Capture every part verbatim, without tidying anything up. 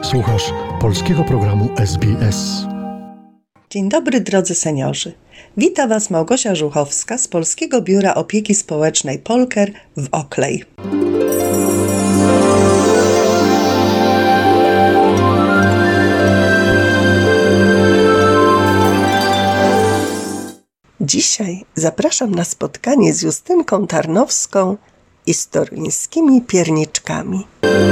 Słuchasz polskiego programu S B S. Dzień dobry, drodzy seniorzy. Wita Was Małgosia Żuchowska z Polskiego Biura Opieki Społecznej Polker w Oakley. Dzisiaj zapraszam na spotkanie z Justynką Tarnowską i z toruńskimi pierniczkami.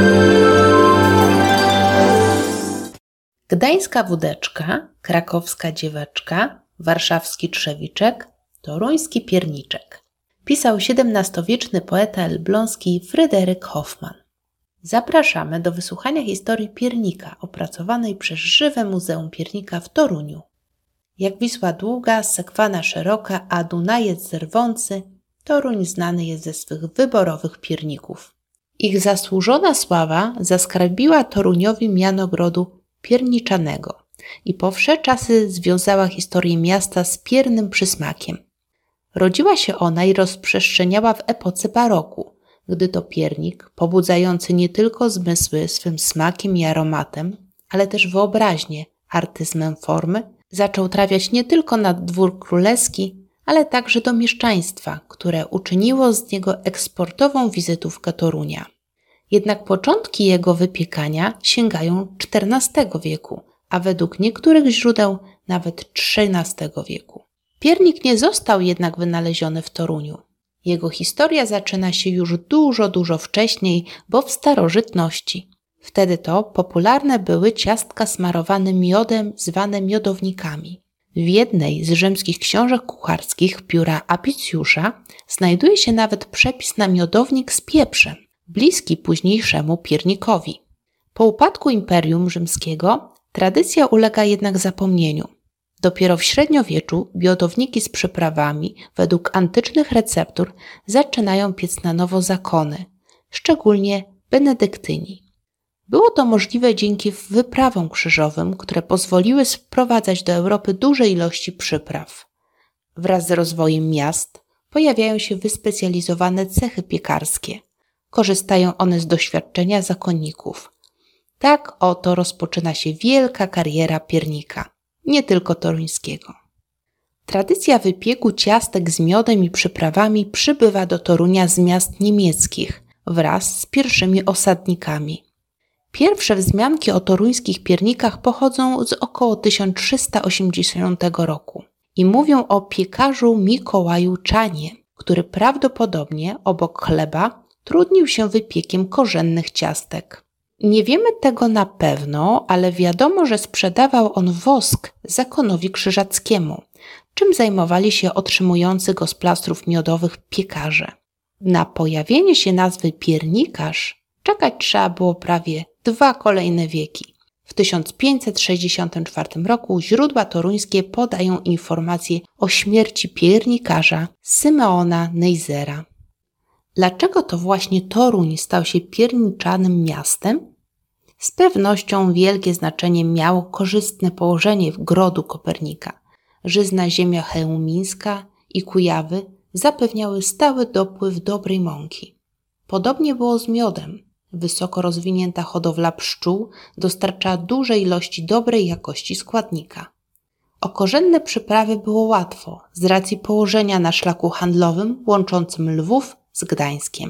Gdańska wódeczka, krakowska dzieweczka, warszawski trzewiczek, toruński pierniczek. Pisał siedemnastowieczny poeta elbląski Fryderyk Hoffman. Zapraszamy do wysłuchania historii piernika opracowanej przez Żywe Muzeum Piernika w Toruniu. Jak Wisła długa, sekwana szeroka, a Dunajec rwący, Toruń znany jest ze swych wyborowych pierników. Ich zasłużona sława zaskarbiła Toruniowi miano grodu pierniczanego i po wsze czasy związała historię miasta z piernym przysmakiem. Rodziła się ona i rozprzestrzeniała w epoce baroku, gdy to piernik, pobudzający nie tylko zmysły swym smakiem i aromatem, ale też wyobraźnię, artyzmem formy, zaczął trafiać nie tylko na dwór królewski, ale także do mieszczaństwa, które uczyniło z niego eksportową wizytówkę Torunia. Jednak początki jego wypiekania sięgają czternastego wieku, a według niektórych źródeł nawet trzynastego wieku. Piernik nie został jednak wynaleziony w Toruniu. Jego historia zaczyna się już dużo, dużo wcześniej, bo w starożytności. Wtedy to popularne były ciastka smarowane miodem zwane miodownikami. W jednej z rzymskich książek kucharskich pióra Apicjusza znajduje się nawet przepis na miodownik z pieprzem, bliski późniejszemu piernikowi. Po upadku Imperium Rzymskiego tradycja ulega jednak zapomnieniu. Dopiero w średniowieczu miodowniki z przyprawami według antycznych receptur zaczynają piec na nowo zakony, szczególnie benedyktyni. Było to możliwe dzięki wyprawom krzyżowym, które pozwoliły sprowadzać do Europy duże ilości przypraw. Wraz z rozwojem miast pojawiają się wyspecjalizowane cechy piekarskie. Korzystają one z doświadczenia zakonników. Tak oto rozpoczyna się wielka kariera piernika, nie tylko toruńskiego. Tradycja wypieku ciastek z miodem i przyprawami przybywa do Torunia z miast niemieckich wraz z pierwszymi osadnikami. Pierwsze wzmianki o toruńskich piernikach pochodzą z około tysiąc trzysta osiemdziesiątego roku i mówią o piekarzu Mikołaju Czanie, który prawdopodobnie obok chleba trudnił się wypiekiem korzennych ciastek. Nie wiemy tego na pewno, ale wiadomo, że sprzedawał on wosk zakonowi krzyżackiemu, czym zajmowali się otrzymujący go z plastrów miodowych piekarze. Na pojawienie się nazwy piernikarz czekać trzeba było prawie dwa kolejne wieki. W tysiąc pięćset sześćdziesiątym czwartym roku źródła toruńskie podają informację o śmierci piernikarza Symeona Neizera. Dlaczego to właśnie Toruń stał się pierniczanym miastem? Z pewnością wielkie znaczenie miało korzystne położenie w grodu Kopernika. Żyzna ziemia chełmińska i Kujawy zapewniały stały dopływ dobrej mąki. Podobnie było z miodem. Wysoko rozwinięta hodowla pszczół dostarczała duże ilości dobrej jakości składnika. O korzenne przyprawy było łatwo z racji położenia na szlaku handlowym łączącym Lwów z Gdańskiem.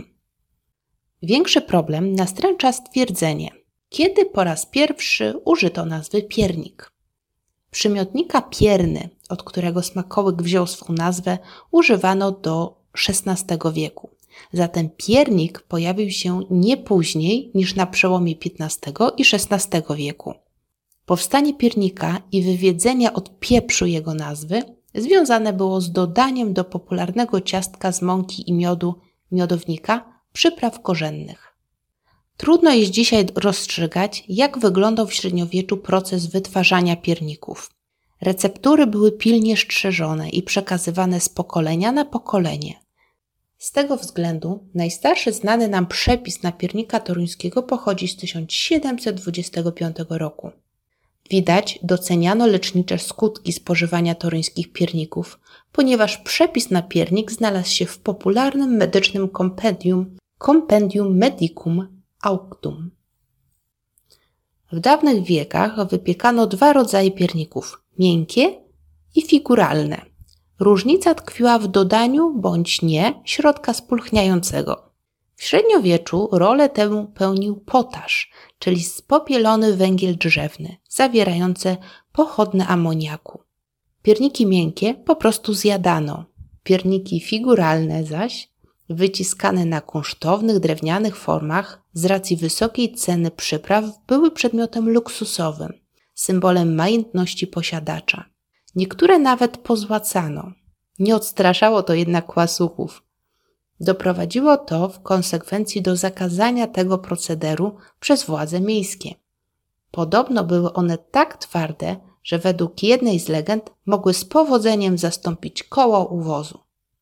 Większy problem nastręcza stwierdzenie, kiedy po raz pierwszy użyto nazwy piernik. Przymiotnika pierny, od którego smakołyk wziął swą nazwę, używano do szesnastego wieku. Zatem piernik pojawił się nie później niż na przełomie piętnastego i szesnastego wieku. Powstanie piernika i wywiedzenia od pieprzu jego nazwy związane było z dodaniem do popularnego ciastka z mąki i miodu miodownika przypraw korzennych. Trudno jest dzisiaj rozstrzygać, jak wyglądał w średniowieczu proces wytwarzania pierników. Receptury były pilnie strzeżone i przekazywane z pokolenia na pokolenie. Z tego względu najstarszy znany nam przepis na piernika toruńskiego pochodzi z tysiąc siedemset dwudziestego piątego roku. Widać, doceniano lecznicze skutki spożywania toruńskich pierników, ponieważ przepis na piernik znalazł się w popularnym medycznym kompendium Compendium Medicum Auctum. W dawnych wiekach wypiekano dwa rodzaje pierników – miękkie i figuralne. Różnica tkwiła w dodaniu bądź nie środka spulchniającego. W średniowieczu rolę tę pełnił potaż, czyli spopielony węgiel drzewny, zawierający pochodne amoniaku. Pierniki miękkie po prostu zjadano. Pierniki figuralne zaś, wyciskane na kunsztownych drewnianych formach, z racji wysokiej ceny przypraw były przedmiotem luksusowym, symbolem majętności posiadacza. Niektóre nawet pozłacano. Nie odstraszało to jednak łasuchów. Doprowadziło to w konsekwencji do zakazania tego procederu przez władze miejskie. Podobno były one tak twarde, że według jednej z legend mogły z powodzeniem zastąpić koło u wozu.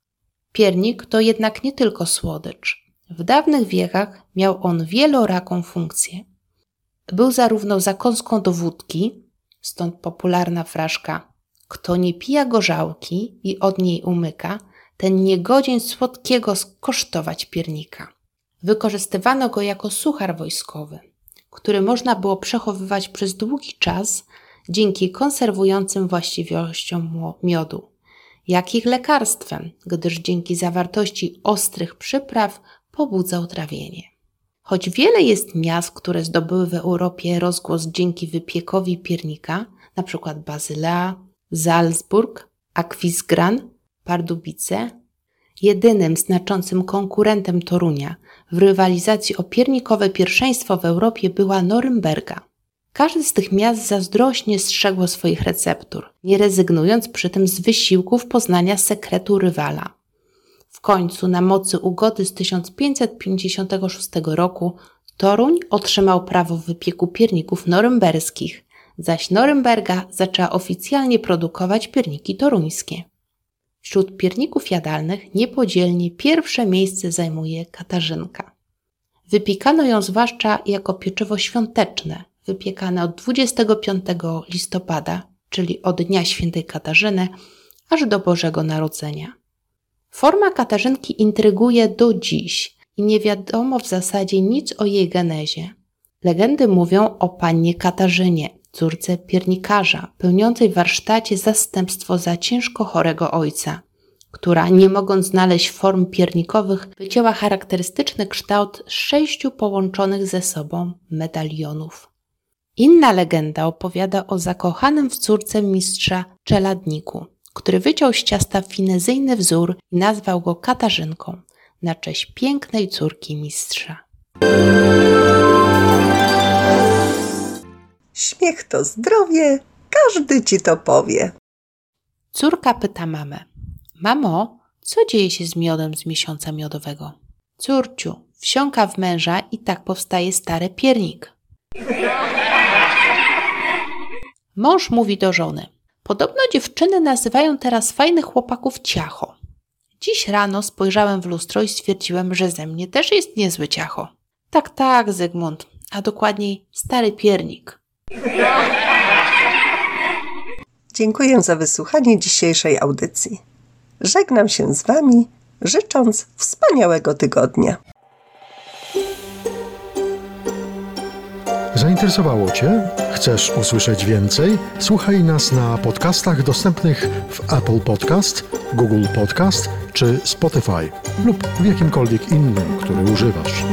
Piernik to jednak nie tylko słodycz. W dawnych wiekach miał on wieloraką funkcję. Był zarówno zakąską do wódki, stąd popularna fraszka „Kto nie pija gorzałki i od niej umyka, ten nie godzien słodkiego skosztować piernika”. Wykorzystywano go jako suchar wojskowy, który można było przechowywać przez długi czas dzięki konserwującym właściwościom miodu, jak ich lekarstwem, gdyż dzięki zawartości ostrych przypraw pobudzał trawienie. Choć wiele jest miast, które zdobyły w Europie rozgłos dzięki wypiekowi piernika, np. Bazylea, Salzburg, Aquisgrán, Pardubice, jedynym znaczącym konkurentem Torunia w rywalizacji o piernikowe pierwszeństwo w Europie była Norymberga. Każde z tych miast zazdrośnie strzegło swoich receptur, nie rezygnując przy tym z wysiłków poznania sekretu rywala. W końcu na mocy ugody z tysiąc pięćset pięćdziesiątego szóstego roku Toruń otrzymał prawo wypieku pierników norymberskich, zaś Norymberga zaczęła oficjalnie produkować pierniki toruńskie. Wśród pierników jadalnych niepodzielnie pierwsze miejsce zajmuje katarzynka. Wypiekano ją zwłaszcza jako pieczywo świąteczne, wypiekane od dwudziestego piątego listopada, czyli od Dnia Świętej Katarzyny, aż do Bożego Narodzenia. Forma katarzynki intryguje do dziś i nie wiadomo w zasadzie nic o jej genezie. Legendy mówią o pannie Katarzynie, córce piernikarza, pełniącej w warsztacie zastępstwo za ciężko chorego ojca, która, nie mogąc znaleźć form piernikowych, wycięła charakterystyczny kształt z sześciu połączonych ze sobą medalionów. Inna legenda opowiada o zakochanym w córce mistrza czeladniku, który wyciął z ciasta finezyjny wzór i nazwał go Katarzynką, na cześć pięknej córki mistrza. Śmiech to zdrowie, każdy ci to powie. Córka pyta mamę: „Mamo, co dzieje się z miodem z miesiąca miodowego?” „Córciu, wsiąka w męża i tak powstaje stary piernik”. Mąż mówi do żony: „Podobno dziewczyny nazywają teraz fajnych chłopaków ciacho. Dziś rano spojrzałem w lustro i stwierdziłem, że ze mnie też jest niezły ciacho”. „Tak, tak, Zygmunt, a dokładniej stary piernik”. Dziękuję za wysłuchanie dzisiejszej audycji. Żegnam się z Wami, życząc wspaniałego tygodnia. Zainteresowało Cię? Chcesz usłyszeć więcej? Słuchaj nas na podcastach dostępnych w Apple Podcast, Google Podcast czy Spotify lub w jakimkolwiek innym, który używasz.